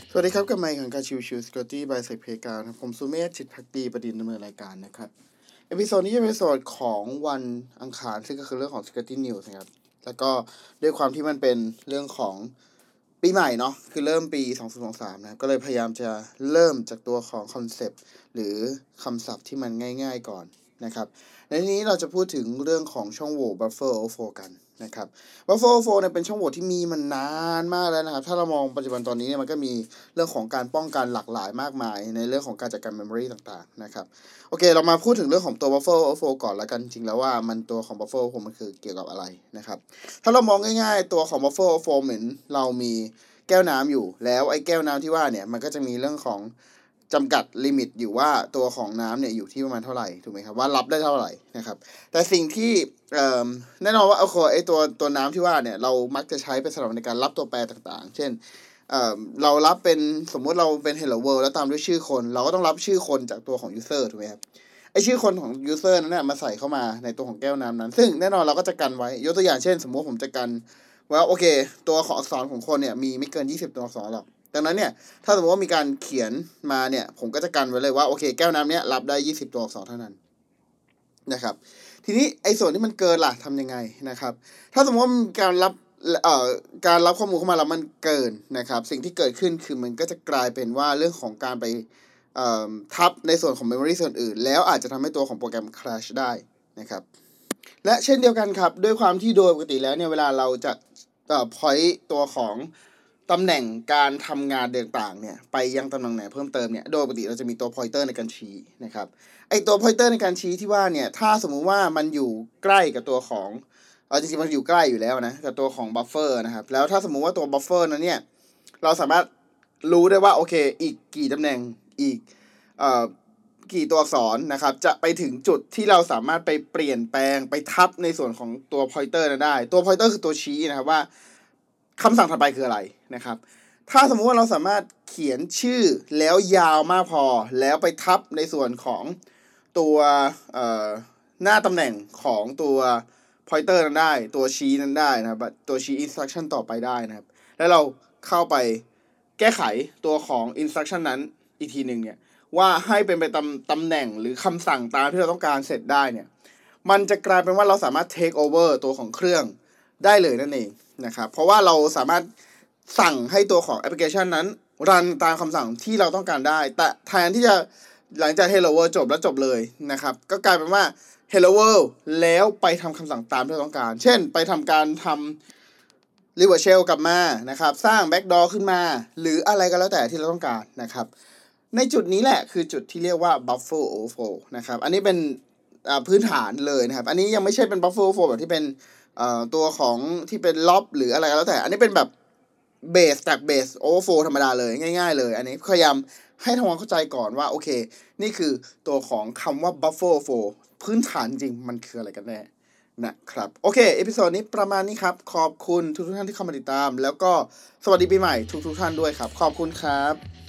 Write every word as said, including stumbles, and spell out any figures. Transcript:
สวัสดีครับกับไมค์ของการชิวชิว Security by Sec Playground ครับผมสุเมธจิตภักดีประดิษฐ์ดำเนินรายการนะครับเอพิโซดนี้จะเป็นเอพิโซดของวันอังคารซึ่งก็คือเรื่องของ Security News นะครับแล้วก็ด้วยความที่มันเป็นเรื่องของปีใหม่เนาะคือเริ่มปีสองพันยี่สิบสามนะก็เลยพยายามจะเริ่มจากตัวของคอนเซปต์หรือคำศัพท์ที่มันง่ายๆก่อนนะครับในที่นี้เราจะพูดถึงเรื่องของช่องโหว่ Buffer Overflow กันนะครับ Buffer Overflow เนี่ยเป็นช่องโหว่ที่มีมานานมากแล้วนะครับถ้าเรามองปัจจุบันตอนนี้เนี่ยมันก็มีเรื่องของการป้องกันหลากหลายมากมายในเรื่องของการจัดการ memory ต่างๆนะครับโอเคเรามาพูดถึงเรื่องของตัว Buffer Overflow ก่อนแล้วกันจริงแล้วว่ามันตัวของ Buffer Overflow มันคือเกี่ยวกับอะไรนะครับถ้าเรามองง่ายๆตัวของ Buffer Overflow เหมือนเรามีแก้วน้ำอยู่แล้วไอ้แก้วน้ำที่ว่าเนี่ยมันก็จะมีเรื่องของจำกัดลิมิตอยู่ว่าตัวของน้ำเนี่ยอยู่ที่ประมาณเท่าไหร่ถูกไหมครับว่ารับได้เท่าไหร่นะครับแต่สิ่งที่แน่นอนว่าเอาไอ้ตัวตัวน้ำที่ว่าเนี่ยเรามักจะใช้เป็นสำหรับในการรับตัวแปรต่างๆเช่นเอ่อเรารับเป็นสมมุติเราเป็น Hello World แล้วตามด้วยชื่อคนเราก็ต้องรับชื่อคนจากตัวของ user ถูกไหมครับไอ้ชื่อคนของ user นั้นเนี่ยมาใส่เข้ามาในตัวของแก้วน้ำนั้นซึ่งแน่นอนเราก็จะกันไว้ยกตัวอย่างเช่นสมมุติผมจะกันว่าโอเคตัวของอักษรของคนเนี่ยมีไม่เกินยี่สิบตัวอักษรหรอกดังนั้นเนี่ยถ้าสมมติว่ามีการเขียนมาเนี่ยผมก็จะกันไว้เลยว่าโอเคแก้วน้ำเนี้ยรับได้ยี่สิบตัวอักษรเท่านั้นนะครับทีนี้ไอ้ส่วนที่มันเกินล่ะทำยังไงนะครับถ้าสมมติว่ามีการรับเอ่อการรับข้อมูลเข้ามาแล้วมันเกินนะครับสิ่งที่เกิดขึ้นคือมันก็จะกลายเป็นว่าเรื่องของการไปเอ่อทับในส่วนของ memory ส่วนอื่นแล้วอาจจะทำให้ตัวของโปรแกรม crash ได้นะครับและเช่นเดียวกันครับด้วยความที่โดยปกติแล้วเนี่ยเวลาเราจะเอ่อ point ตัวของตำแหน่งการทำงานต่างๆเนี่ยไปยังตำแหน่งไหนเพิ่มเติมเนี่ยโดยปกติเราจะมีตัว pointer ในการชี้นะครับไอตัว pointer ในการชี้ที่ว่าเนี่ยถ้าสมมุติว่ามันอยู่ใกล้กับตัวของเออจริงๆมันอยู่ใกล้อยู่แล้วนะกับตัวของ buffer นะครับแล้วถ้าสมมุติว่าตัว buffer นั้นเนี่ยเราสามารถรู้ได้ว่าโอเคอีกกี่ตำแหน่งอีกเอ่อกี่ตัวอักษรนะครับจะไปถึงจุดที่เราสามารถไปเปลี่ยนแปลงไปทับในส่วนของตัว pointer นั้นได้ตัว pointer คือตัวชี้นะครับว่าคำสั่งถัดไปคืออะไรนะครับถ้าสมมุติว่าเราสามารถเขียนชื่อแล้วยาวมากพอแล้วไปทับในส่วนของตัวเอ่อหน้าตำแหน่งของตัว pointer นั้นได้ตัวชี้นั้นได้นะครับตัวชี้ instruction ต่อไปได้นะครับแล้วเราเข้าไปแก้ไขตัวของ instruction นั้นอีกทีหนึ่งเนี่ยว่าให้เป็นไปตามตำแหน่งหรือคำสั่งตามที่เราต้องการเสร็จได้เนี่ยมันจะกลายเป็นว่าเราสามารถ take over ตัวของเครื่องได้เลยนั่นเองนะครับเพราะว่าเราสามารถสั่งให้ตัวของแอปพลิเคชันนั้นรันตามคำสั่งที่เราต้องการได้แต่แทนที่จะหลังจาก Hello World จบแล้วจบเลยนะครับก็กลายเป็นว่า Hello World แล้วไปทำคำสั่งตามที่เราต้องการเช่นไปทำการทำ reverse shell กลับมานะครับสร้าง backdoor ขึ้นมาหรืออะไรก็แล้วแต่ที่เราต้องการนะครับในจุดนี้แหละคือจุดที่เรียกว่า buffer overflow นะครับอันนี้เป็นพื้นฐานเลยนะครับอันนี้ยังไม่ใช่เป็น buffer overflow แบบที่เป็นตัวของที่เป็นล็อบหรืออะไรก็แล้วแต่อันนี้เป็นแบบเบสจากเบส overflow ธรรมดาเลยง่ายๆเลยอันนี้พยายามให้ทำความเข้าใจก่อนว่าโอเคนี่คือตัวของคำว่า buffer overflow พื้นฐานจริงมันคืออะไรกันแน่นะครับโอเคเอพิโซดนี้ประมาณนี้ครับขอบคุณทุกท่านที่เข้ามาติดตามแล้วก็สวัสดีปีใหม่ทุกๆท่านด้วยครับขอบคุณครับ